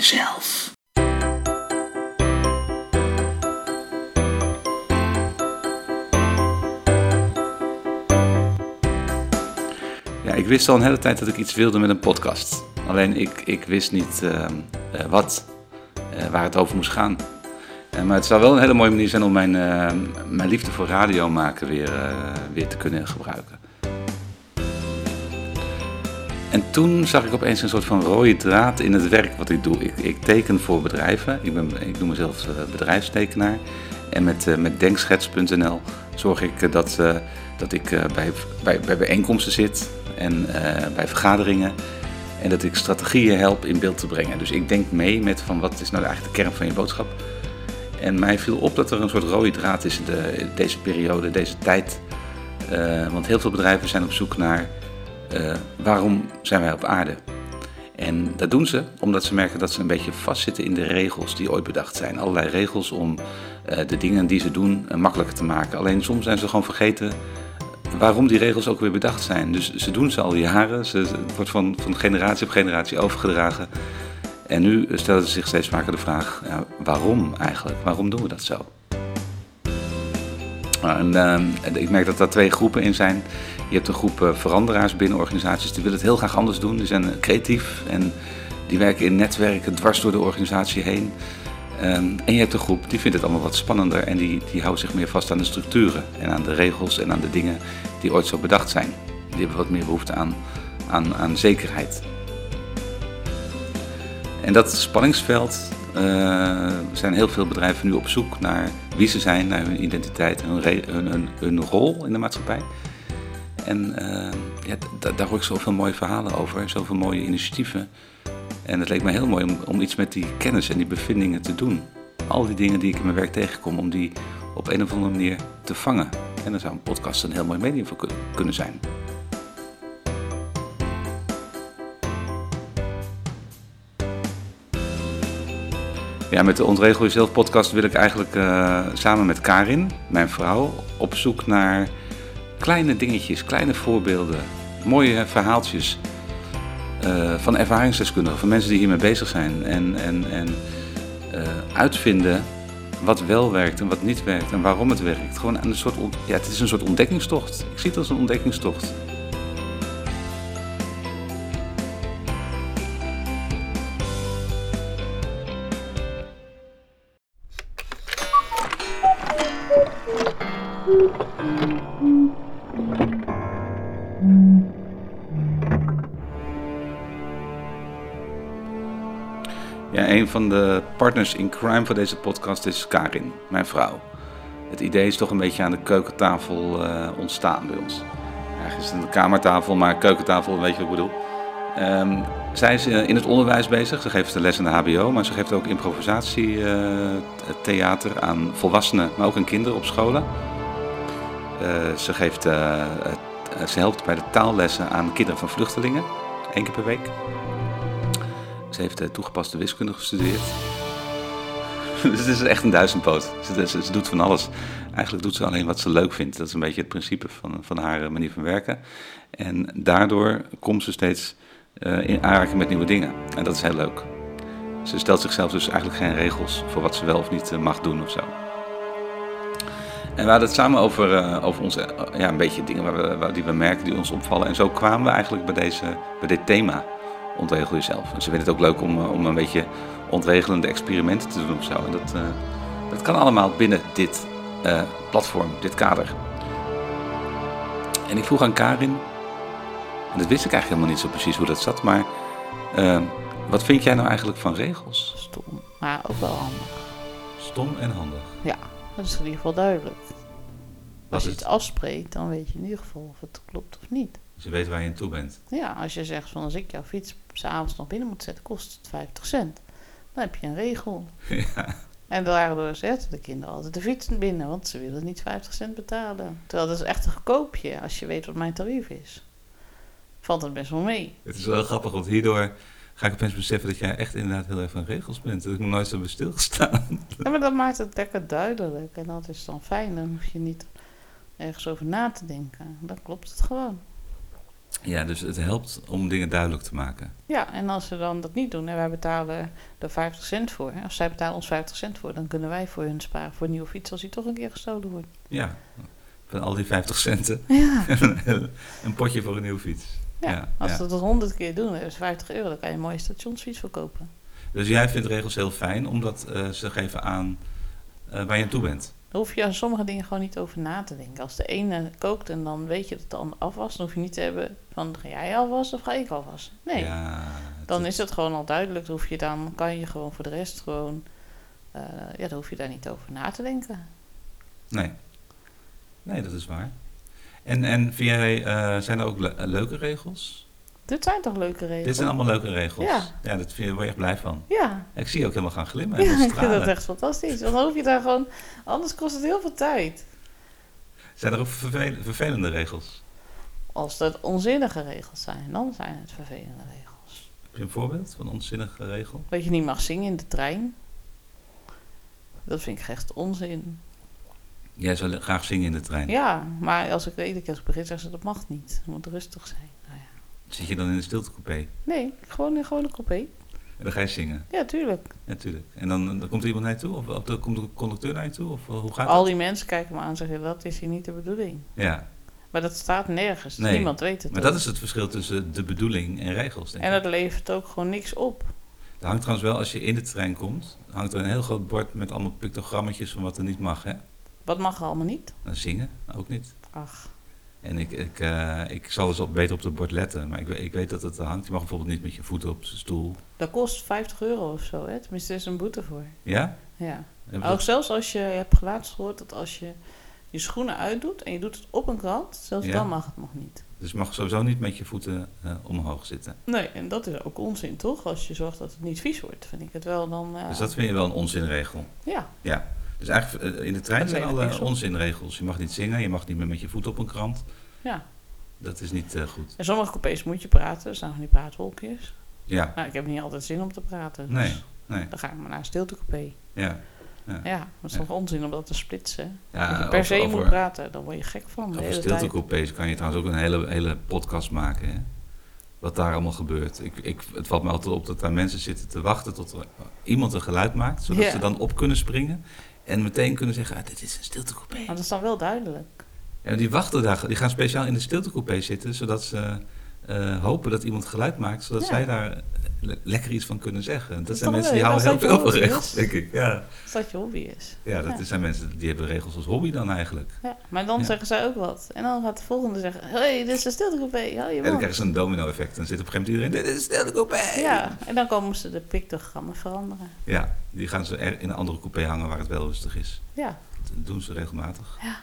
jezelf. Ja, ik wist al een hele tijd dat ik iets wilde met een podcast. Alleen ik wist niet waar het over moest gaan. Maar het zou wel een hele mooie manier zijn om mijn liefde voor radio maken weer te kunnen gebruiken. En toen zag ik opeens een soort van rode draad in het werk wat ik doe. Ik teken voor bedrijven. Ik noem mezelf bedrijfstekenaar. En met denkschets.nl zorg ik dat ik bij bijeenkomsten zit en bij vergaderingen. En dat ik strategieën help in beeld te brengen. Dus ik denk mee met van wat is nou eigenlijk de kern van je boodschap. En mij viel op dat er een soort rode draad is in deze periode, deze tijd. Want heel veel bedrijven zijn op zoek naar waarom zijn wij op aarde. En dat doen ze omdat ze merken dat ze een beetje vastzitten in de regels die ooit bedacht zijn. Allerlei regels om de dingen die ze doen makkelijker te maken. Alleen soms zijn ze gewoon vergeten waarom die regels ook weer bedacht zijn. Dus ze doen ze al jaren. Het wordt van generatie op generatie overgedragen. En nu stellen ze zich steeds vaker de vraag, ja, waarom eigenlijk? Waarom doen we dat zo? Ik merk dat daar twee groepen in zijn. Je hebt een groep veranderaars binnen organisaties, die willen het heel graag anders doen. Die zijn creatief en die werken in netwerken dwars door de organisatie heen. En je hebt een groep die vindt het allemaal wat spannender en die houdt zich meer vast aan de structuren en aan de regels en aan de dingen die ooit zo bedacht zijn. Die hebben wat meer behoefte aan zekerheid. En dat spanningsveld zijn heel veel bedrijven nu op zoek naar wie ze zijn, naar hun identiteit, hun rol in de maatschappij. En daar hoor ik zoveel mooie verhalen over, zoveel mooie initiatieven. En het leek me heel mooi om iets met die kennis en die bevindingen te doen. Al die dingen die ik in mijn werk tegenkom, om die op een of andere manier te vangen. En daar zou een podcast een heel mooi medium voor kunnen zijn. Ja, met de Ontregel Jezelf podcast wil ik eigenlijk samen met Karin, mijn vrouw, op zoek naar kleine dingetjes, kleine voorbeelden, mooie verhaaltjes van ervaringsdeskundigen, van mensen die hiermee bezig zijn. En uitvinden wat wel werkt en wat niet werkt en waarom het werkt. Gewoon het is een soort ontdekkingstocht. Ik zie het als een ontdekkingstocht. Ja, een van de partners in crime voor deze podcast is Karin, mijn vrouw. Het idee is toch een beetje aan de keukentafel ontstaan bij ons. Eigenlijk is het een kamertafel, maar keukentafel, weet je wat ik bedoel. Zij is in het onderwijs bezig. Ze geeft les aan de HBO, maar ze geeft ook improvisatietheater aan volwassenen, maar ook aan kinderen op scholen. Ze helpt bij de taallessen aan kinderen van vluchtelingen, 1 keer per week. Ze heeft toegepaste wiskunde gestudeerd. Dus het is echt een duizendpoot. Ze doet van alles. Eigenlijk doet ze alleen wat ze leuk vindt. Dat is een beetje het principe van haar manier van werken. En daardoor komt ze steeds in aanraking met nieuwe dingen. En dat is heel leuk. Ze stelt zichzelf dus eigenlijk geen regels voor wat ze wel of niet mag doen of zo. En we hadden het samen over onze, een beetje dingen die we merken, die ons opvallen. En zo kwamen we eigenlijk bij dit thema. Ontregel jezelf. En ze vinden het ook leuk om een beetje ontregelende experimenten te doen of zo. En dat kan allemaal binnen dit platform, dit kader. En ik vroeg aan Karin, en dat wist ik eigenlijk helemaal niet zo precies hoe dat zat, maar wat vind jij nou eigenlijk van regels? Stom, maar ook wel handig. Stom en handig? Ja, dat is in ieder geval duidelijk. Als je het afspreekt, dan weet je in ieder geval of het klopt of niet. Dus je weet waar je aan toe bent. Ja, als je zegt van als ik jouw fiets 's avonds nog binnen moet zetten, kost het 50 cent. Dan heb je een regel. Ja. En daardoor zetten de kinderen altijd de fiets binnen, want ze willen niet 50 cent betalen. Terwijl dat is echt een goedkoopje als je weet wat mijn tarief is. Valt het best wel mee. Het is wel grappig, want hierdoor ga ik opeens beseffen dat jij echt inderdaad heel erg van regels bent. Dat ik nog nooit zo bij stilgestaan. Ja, maar dat maakt het lekker duidelijk. En dat is dan fijn. Dan hoef je niet ergens over na te denken. Dan klopt het gewoon. Ja, dus het helpt om dingen duidelijk te maken. Ja, en als ze dan dat niet doen en wij betalen er 50 cent voor, of zij betalen ons 50 cent voor, dan kunnen wij voor hun sparen voor een nieuwe fiets als die toch een keer gestolen wordt. Ja, van al die 50 centen. Ja. Een potje voor een nieuwe fiets. Ja, als ze dat 100 keer doen, dat is 50 euro, dan kan je een mooie stationsfiets verkopen. Dus jij vindt regels heel fijn, omdat ze geven aan waar je aan toe bent. Daar hoef je aan sommige dingen gewoon niet over na te denken. Als de ene kookt en dan weet je dat de ander afwast, dan hoef je niet te hebben van ga jij afwassen of ga ik afwassen. Nee, dan is het gewoon al duidelijk. Dan kan je gewoon voor de rest gewoon, dan hoef je daar niet over na te denken. Nee, dat is waar. En vind jij, zijn er ook leuke regels? Dit zijn toch leuke regels? Dit zijn allemaal leuke regels. Ja, dat word je echt blij van. Ja. Ik zie je ook helemaal gaan glimmen. Ja, ik vind dat echt fantastisch. Dan hoef je daar gewoon, anders kost het heel veel tijd. Zijn er ook vervelende regels? Als dat onzinnige regels zijn, dan zijn het vervelende regels. Heb je een voorbeeld van een onzinnige regel? Dat je niet mag zingen in de trein. Dat vind ik echt onzin. Jij zou graag zingen in de trein? Ja, maar als ik weet, ik als begin zeg ze dat mag niet. Het moet rustig zijn. Nou ja. Zit je dan in de stiltecoupé? Nee, gewoon een coupé. En dan ga je zingen? Ja, tuurlijk. Ja, tuurlijk. En dan komt er iemand naar je toe? Of komt de conducteur naar je toe? Of hoe gaat Al dat? die mensen kijken me aan en zeggen, dat is hier niet de bedoeling. Ja. Maar dat staat nergens. Nee. Niemand weet het. Maar dat is het verschil tussen de bedoeling en regels, denk ik. En dat levert ook gewoon niks op. Er hangt trouwens wel, als je in de trein komt, hangt er een heel groot bord met allemaal pictogrammetjes van wat er niet mag, hè? Wat mag er allemaal niet? Dan zingen, ook niet. Ach. En ik zal dus beter op het bord letten, maar ik weet dat het er hangt. Je mag bijvoorbeeld niet met je voeten op de stoel. Dat kost 50 euro of zo, hè? Tenminste, er is een boete voor. Ja? Ja. Hebben Ook we- zelfs als je hebt laatst gehoord dat als je je schoenen uitdoet en je doet het op een krant, zelfs Ja. dan mag het nog niet. Dus je mag sowieso niet met je voeten omhoog zitten. Nee, en dat is ook onzin, toch? Als je zorgt dat het niet vies wordt, vind ik het wel dan... Dus dat vind je wel een onzinregel. Ja, Ja. Dus eigenlijk in de trein Dat zijn levert alle niks op. onzinregels. Je mag niet zingen, je mag niet meer met je voeten op een krant. ja. Dat is niet goed. In sommige coupés moet je praten, er staan van die praatwolkjes. Ja, Nou, ik heb niet altijd zin om te praten. Dus nee. dan ga ik maar naar een stiltecoupé. Ja. Ja, dat is toch onzin om dat te splitsen. Ja, Als je per se moet praten, dan word je gek van de Over hele tijd. stiltecoupés kan je trouwens ook een hele podcast maken. Hè? Wat daar allemaal gebeurt. Het valt me altijd op dat daar mensen zitten te wachten tot er iemand een geluid maakt. Zodat Ja. ze dan op kunnen springen. En meteen kunnen zeggen, dit is een stiltecoupé. Maar dat is dan wel duidelijk. En die wachten daar, die gaan speciaal in de stiltecoupé zitten. Zodat ze hopen dat iemand geluid maakt. Zodat Ja. zij daar lekker iets van kunnen zeggen. Dat is zijn toch mensen die leuk, houden als heel dat veel je van hobby regels, is. denk ik. Ja, Als dat je hobby is. zijn mensen die hebben regels als hobby dan eigenlijk. Ja, maar dan Ja. zeggen zij ook wat. En dan gaat de volgende zeggen, hey, dit is een stiltecoupé, hou je En dan mond. krijgen ze een domino-effect. Dan zit op een gegeven moment iedereen, dit is een stiltecoupé. Ja, en dan komen ze de pictogrammen veranderen. Ja, die gaan ze in een andere coupé hangen waar het wel rustig is. Ja. Dat doen ze regelmatig. Ja.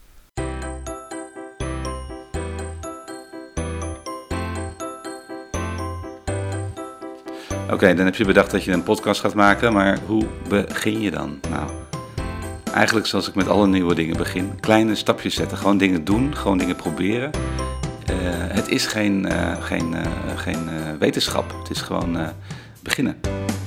Oké, dan heb je bedacht dat je een podcast gaat maken, maar hoe begin je dan? Nou, eigenlijk zoals ik met alle nieuwe dingen begin. Kleine stapjes zetten, gewoon dingen doen, gewoon dingen proberen. Het is geen wetenschap, het is gewoon beginnen.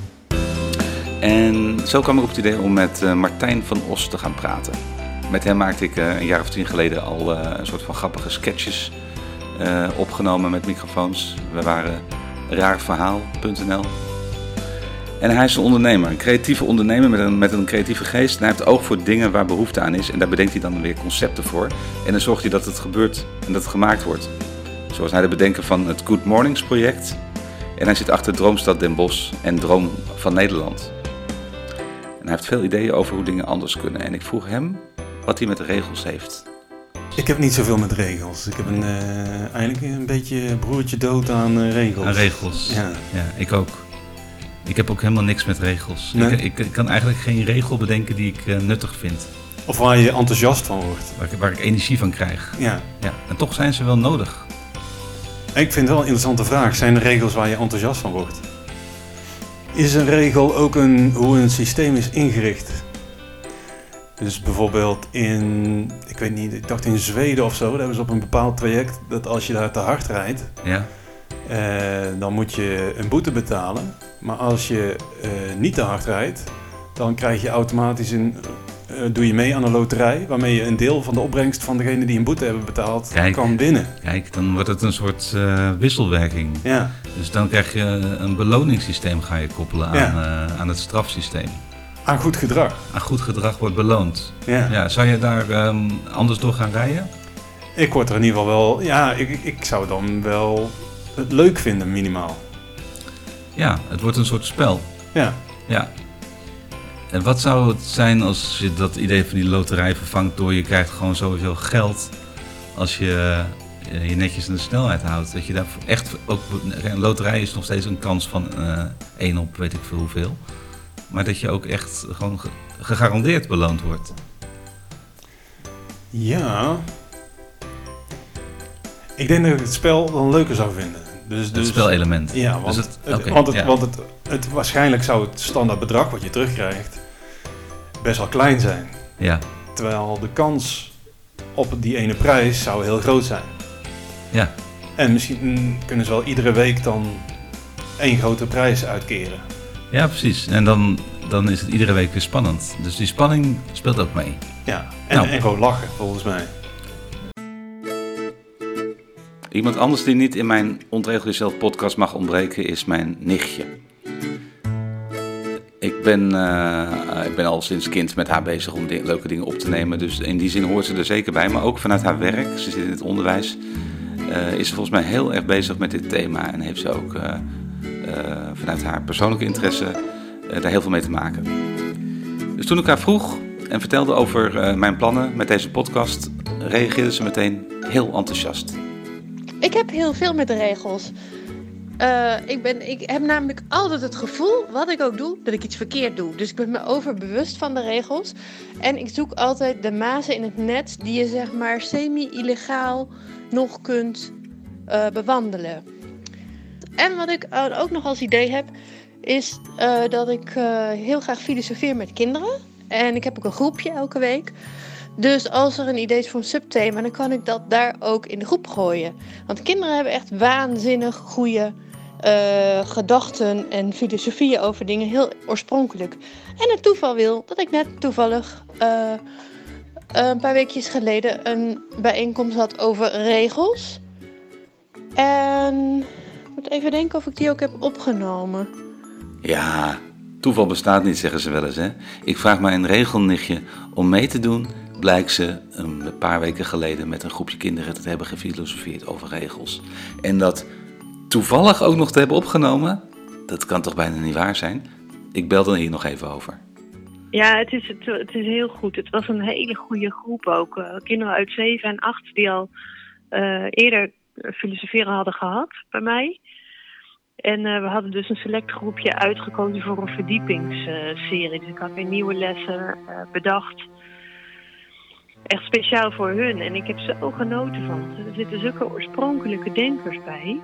En zo kwam ik op het idee om met Martijn van Os te gaan praten. Met hem maakte ik een jaar of 10 geleden al een soort van grappige sketches opgenomen met microfoons. We waren raarverhaal.nl. En hij is een ondernemer, een creatieve ondernemer met een creatieve geest. En hij heeft oog voor dingen waar behoefte aan is. En daar bedenkt hij dan weer concepten voor. En dan zorgt hij dat het gebeurt en dat het gemaakt wordt. Zoals hij de bedenker van het Good Mornings project. En hij zit achter Droomstad Den Bosch en Droom van Nederland. En hij heeft veel ideeën over hoe dingen anders kunnen. En ik vroeg hem wat hij met de regels heeft. Ik heb niet zoveel met regels. Ik heb eigenlijk een beetje broertje dood aan regels. Aan regels. Ja. Ja, ik ook. Ik heb ook helemaal niks met regels. Nee? Ik kan eigenlijk geen regel bedenken die ik nuttig vind. Of waar je enthousiast van wordt. Waar ik energie van krijg. Ja. Ja. En toch zijn ze wel nodig. Ik vind het wel een interessante vraag. Zijn er regels waar je enthousiast van wordt? Is een regel ook hoe een systeem is ingericht? Dus bijvoorbeeld ik dacht in Zweden of zo, daar hebben ze op een bepaald traject dat als je daar te hard rijdt, Ja. dan moet je een boete betalen. Maar als je niet te hard rijdt, dan krijg je automatisch een doe je mee aan een loterij, waarmee je een deel van de opbrengst van degene die een boete hebben betaald kan winnen. Kijk, dan wordt het een soort wisselwerking. Ja. Dus dan krijg je een beloningssysteem ga je koppelen aan het strafsysteem. Aan goed gedrag. Aan goed gedrag wordt beloond. Ja. Ja, zou je daar anders door gaan rijden? Ik word er in ieder geval wel... Ja, ik zou dan wel het leuk vinden, minimaal. Ja, het wordt een soort spel. Ja. Ja. En wat zou het zijn als je dat idee van die loterij vervangt door je krijgt gewoon sowieso geld als je je netjes aan de snelheid houdt? Dat je daar echt ook... Een loterij is nog steeds een kans van 1 op weet ik veel hoeveel. Maar dat je ook echt gewoon gegarandeerd beloond wordt. Ja. Ik denk dat ik het spel dan leuker zou vinden. Dus, het spelelement. Ja, want, het waarschijnlijk zou het standaard bedrag wat je terugkrijgt best wel klein zijn. Ja. Terwijl de kans op die ene prijs zou heel groot zijn. Ja. En misschien kunnen ze wel iedere week dan 1 grote prijs uitkeren. Ja, precies. En dan is het iedere week weer spannend. Dus die spanning speelt ook mee. Ja, en gewoon lachen volgens mij. Iemand anders die niet in mijn Ontregel Jezelf podcast mag ontbreken is mijn nichtje. Ik ben al sinds kind met haar bezig om leuke dingen op te nemen. Dus in die zin hoort ze er zeker bij. Maar ook vanuit haar werk, ze zit in het onderwijs, is ze volgens mij heel erg bezig met dit thema. En heeft ze ook vanuit haar persoonlijke interesse daar heel veel mee te maken. Dus toen ik haar vroeg en vertelde over mijn plannen met deze podcast, reageerde ze meteen heel enthousiast. Ik heb heel veel met de regels. Ik heb namelijk altijd het gevoel, wat ik ook doe, dat ik iets verkeerd doe. Dus ik ben me overbewust van de regels. En ik zoek altijd de mazen in het net die je zeg maar semi-illegaal nog kunt bewandelen. En wat ik ook nog als idee heb, is dat ik heel graag filosofeer met kinderen. En ik heb ook een groepje elke week. Dus als er een idee is voor een subthema, dan kan ik dat daar ook in de groep gooien. Want kinderen hebben echt waanzinnig goede gedachten en filosofieën over dingen, heel oorspronkelijk. En het toeval wil dat ik net toevallig een paar weekjes geleden een bijeenkomst had over regels. En ik moet even denken of ik die ook heb opgenomen. Ja, toeval bestaat niet, zeggen ze wel eens, hè. Ik vraag mijn regelnichtje om mee te doen. Blijkt ze een paar weken geleden met een groepje kinderen te hebben gefilosofeerd over regels. En dat toevallig ook nog te hebben opgenomen, dat kan toch bijna niet waar zijn? Ik bel dan hier nog even over. Ja, het is heel goed. Het was een hele goede groep ook. Kinderen uit 7 en 8 die al eerder filosoferen hadden gehad bij mij. En we hadden dus een select groepje uitgekozen voor een verdiepingsserie. Dus ik had weer nieuwe lessen bedacht. Echt speciaal voor hun. En ik heb zo genoten van. Er zitten zulke oorspronkelijke denkers bij.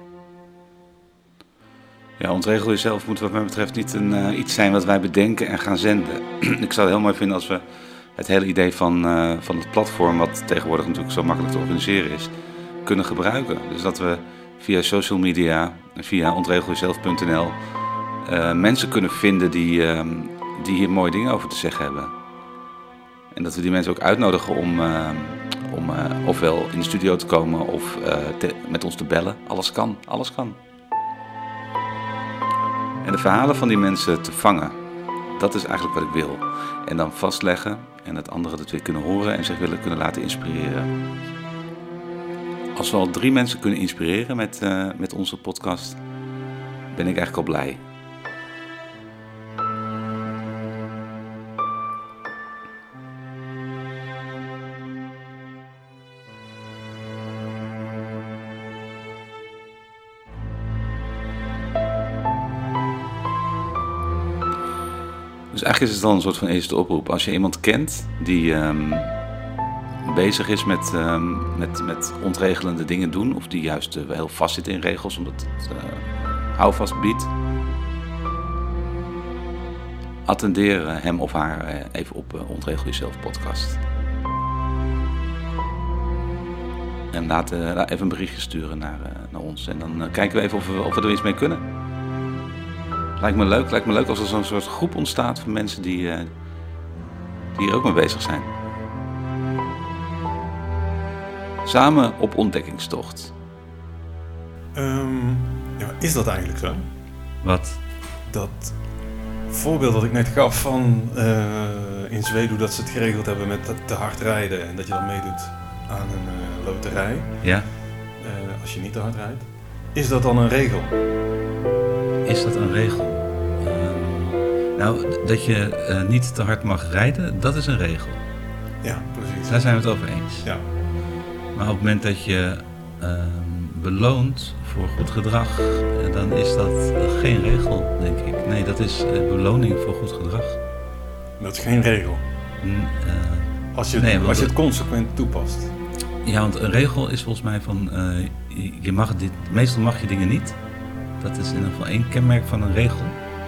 Ja, Ontregel Jezelf moet wat mij betreft niet iets zijn wat wij bedenken en gaan zenden. Ik zou het heel mooi vinden als we het hele idee van het platform, wat tegenwoordig natuurlijk zo makkelijk te organiseren is, kunnen gebruiken. Dus dat we via social media, via ontregeljezelf.nl mensen kunnen vinden die hier mooie dingen over te zeggen hebben. En dat we die mensen ook uitnodigen om ofwel in de studio te komen of met ons te bellen. Alles kan, alles kan. En de verhalen van die mensen te vangen, dat is eigenlijk wat ik wil. En dan vastleggen en dat anderen het weer kunnen horen en zich willen kunnen laten inspireren. Als we al 3 mensen kunnen inspireren met onze podcast, ben ik eigenlijk al blij. Dus eigenlijk is het dan een soort van eerste oproep. Als je iemand kent die bezig is met ontregelende dingen doen, of die juist heel vast zit in regels, omdat het houvast biedt, attendeer hem of haar even op Ontregel Jezelf podcast. En laat even een berichtje sturen naar ons. En dan kijken we even of we er iets mee kunnen. Lijkt me leuk als er zo'n soort groep ontstaat van mensen die die hier ook mee bezig zijn. Samen op ontdekkingstocht. Is dat eigenlijk zo? Wat? Dat voorbeeld dat ik net gaf van in Zweden, hoe dat ze het geregeld hebben met te hard rijden en dat je dan meedoet aan een loterij. Ja. Als je niet te hard rijdt. Is dat dan een regel? Is dat een regel? Dat je niet te hard mag rijden, dat is een regel. Ja, precies. Daar zijn we het over eens. Ja. Maar op het moment dat je beloont voor goed gedrag, dan is dat geen regel, denk ik. Nee, dat is beloning voor goed gedrag. Dat is geen regel. Als je het consequent toepast. Ja, want een regel is volgens mij van, je mag dit, meestal mag je dingen niet. Dat is in ieder geval één kenmerk van een regel.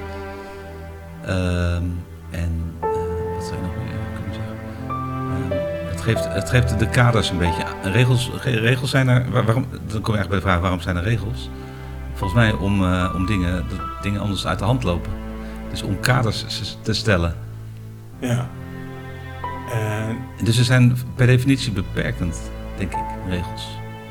Wat zou je nog meer kunnen zeggen? Het geeft de kaders een beetje aan. Regels zijn er, waarom, dan kom je eigenlijk bij de vraag, waarom zijn er regels? Volgens mij om dingen anders uit de hand lopen. Dus om kaders te stellen. Ja. Dus ze zijn per definitie beperkend, denk ik, regels.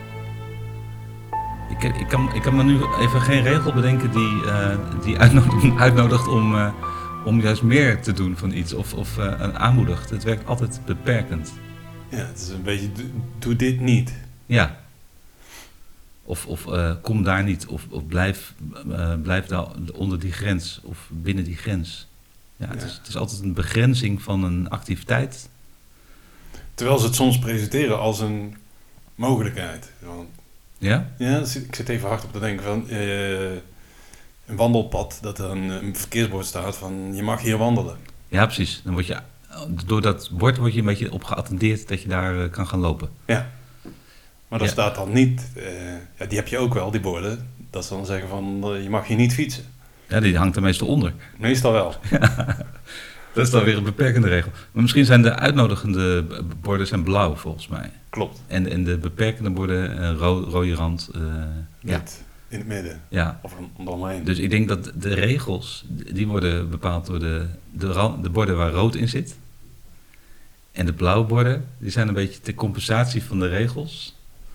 Ik kan me nu even geen regel bedenken die uitnodigt om juist meer te doen van iets of aanmoedigt. Het werkt altijd beperkend. Ja, het is een beetje, doe dit niet. Ja. Of kom daar niet, of blijf daar onder die grens, of binnen die grens. Ja, het is altijd een begrenzing van een activiteit. Terwijl ze het soms presenteren als een mogelijkheid. Want, ja? Ja, ik zit even hard op te denken van een wandelpad, dat er een verkeersbord staat van je mag hier wandelen. Ja, precies. Dan door dat bord word je een beetje op geattendeerd dat je daar kan gaan lopen. Ja. Maar dat staat dan niet, die heb je ook wel, die borden, dat ze dan zeggen van je mag hier niet fietsen. Ja, die hangt er meestal onder. Meestal wel. Dat is dan weer een beperkende regel. Maar misschien zijn de uitnodigende borden blauw, volgens mij. Klopt. En de beperkende borden, rode rand. Wit, in het midden. Ja. Of eromheen. Dus ik denk dat de regels, die worden bepaald door de borden waar rood in zit. En de blauwe borden, die zijn een beetje ter compensatie van de regels.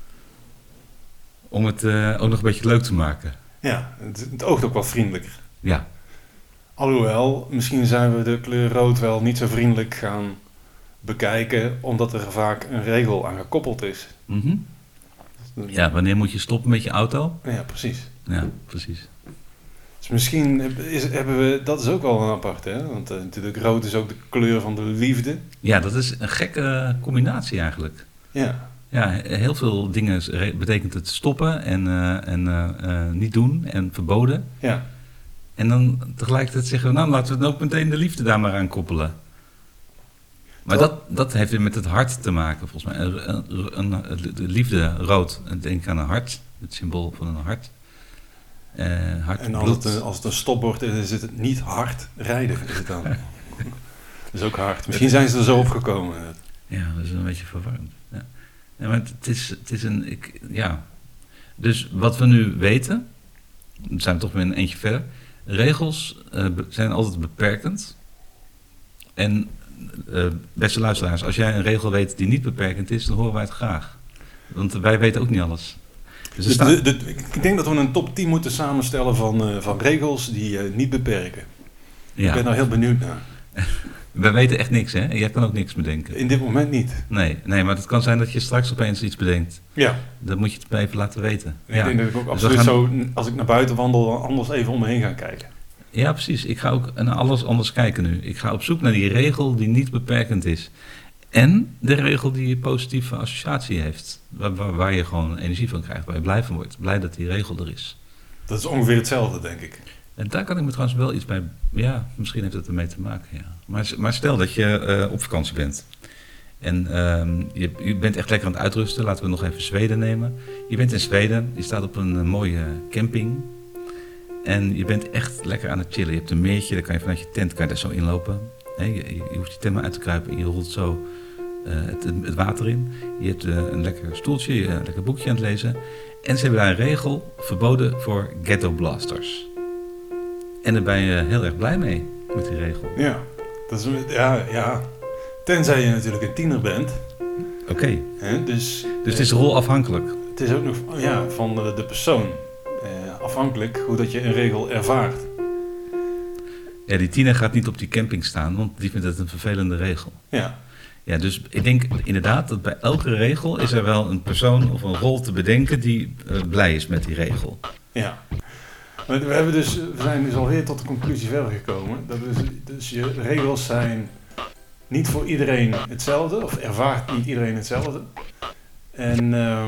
Om het ook nog een beetje leuk te maken. Ja, het oogt ook wel vriendelijker. Ja. Alhoewel, misschien zijn we de kleur rood wel niet zo vriendelijk gaan bekijken, omdat er vaak een regel aan gekoppeld is. Mm-hmm. Ja, wanneer moet je stoppen met je auto? Ja, precies. Ja, precies. Dus misschien hebben we, dat is ook wel een apart, hè? Want natuurlijk rood is ook de kleur van de liefde. Ja, dat is een gekke combinatie eigenlijk. Ja. Ja, heel veel dingen betekent het stoppen en niet doen en verboden. Ja. En dan tegelijkertijd zeggen we, nou laten we dan ook meteen de liefde daar maar aan koppelen. Maar dat heeft weer met het hart te maken, volgens mij. De liefde, rood, denk aan een hart, het symbool van een hart. Hart en als het een stopbord is, is het niet hard rijden, is het dan. Dat is ook hard. Misschien zijn ze er zo opgekomen. Ja, dat is een beetje verwarrend. Ja. Ja, maar het is een... Dus wat we nu weten, dan zijn we toch weer een eentje verder. Regels zijn altijd beperkend. En beste luisteraars, als jij een regel weet die niet beperkend is, dan horen wij het graag. Want wij weten ook niet alles. Dus ik denk dat we een top 10 moeten samenstellen van regels die niet beperken. Ja. Ik ben daar heel benieuwd naar. We weten echt niks, hè? Jij kan ook niks bedenken. In dit moment niet. Nee, maar het kan zijn dat je straks opeens iets bedenkt. Ja. Dan moet je het even laten weten. Ik denk dat ik ook absoluut zo, als ik naar buiten wandel, anders even om me heen gaan kijken. Ja, precies. Ik ga ook naar alles anders kijken nu. Ik ga op zoek naar die regel die niet beperkend is. En de regel die een positieve associatie heeft. Waar je gewoon energie van krijgt, waar je blij van wordt. Blij dat die regel er is. Dat is ongeveer hetzelfde, denk ik. En daar kan ik me trouwens wel iets bij... Ja, misschien heeft het ermee te maken, ja. Maar stel dat je op vakantie bent. En je bent echt lekker aan het uitrusten. Laten we nog even Zweden nemen. Je bent in Zweden. Je staat op een mooie camping. En je bent echt lekker aan het chillen. Je hebt een meertje. Dan kan je vanuit je tent daar zo inlopen. Je hoeft je tent maar uit te kruipen. En je rolt zo het water in. Je hebt een lekker stoeltje. Een lekker boekje aan het lezen. En ze hebben daar een regel. Verboden voor ghetto blasters. En daar ben je heel erg blij mee met die regel. Ja, Tenzij je natuurlijk een tiener bent. Oké. Dus het is rolafhankelijk. Het is ook nog van de persoon. Afhankelijk hoe dat je een regel ervaart. Ja, die tiener gaat niet op die camping staan, want die vindt het een vervelende regel. Ja. Ja, dus ik denk inderdaad dat bij elke regel is er wel een persoon of een rol te bedenken die blij is met die regel. Ja. We zijn dus alweer tot de conclusie verder gekomen. Dus je regels zijn niet voor iedereen hetzelfde, of ervaart niet iedereen hetzelfde. En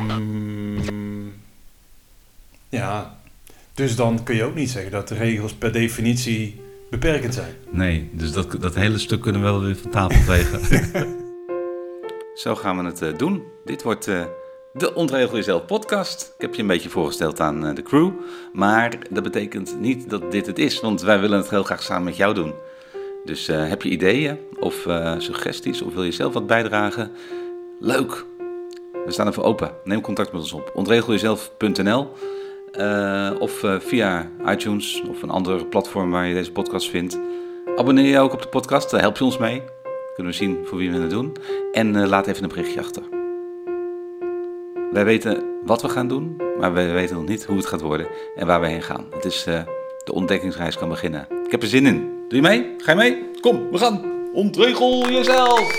dus dan kun je ook niet zeggen dat de regels per definitie beperkend zijn. Nee, dus dat hele stuk kunnen we wel weer van tafel vegen. Zo gaan we het doen. Dit wordt de Ontregel Jezelf podcast. Ik heb je een beetje voorgesteld aan de crew. Maar dat betekent niet dat dit het is, want wij willen het heel graag samen met jou doen. Dus heb je ideeën of suggesties of wil je zelf wat bijdragen? Leuk! We staan ervoor open. Neem contact met ons op. Ontregeljezelf.nl of via iTunes of een ander platform waar je deze podcast vindt. Abonneer je ook op de podcast, daar help je ons mee. Kunnen we zien voor wie we het doen. En laat even een berichtje achter. Wij weten wat we gaan doen, maar wij weten nog niet hoe het gaat worden en waar we heen gaan. Het is de ontdekkingsreis kan beginnen. Ik heb er zin in. Doe je mee? Ga je mee? Kom, we gaan. Ontregel jezelf!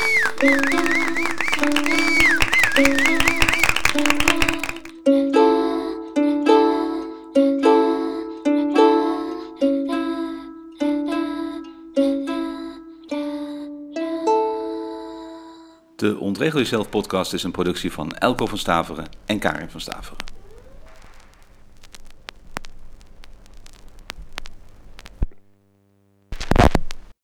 De Ontregel Jezelf podcast is een productie van Elko van Staveren en Karin van Staveren.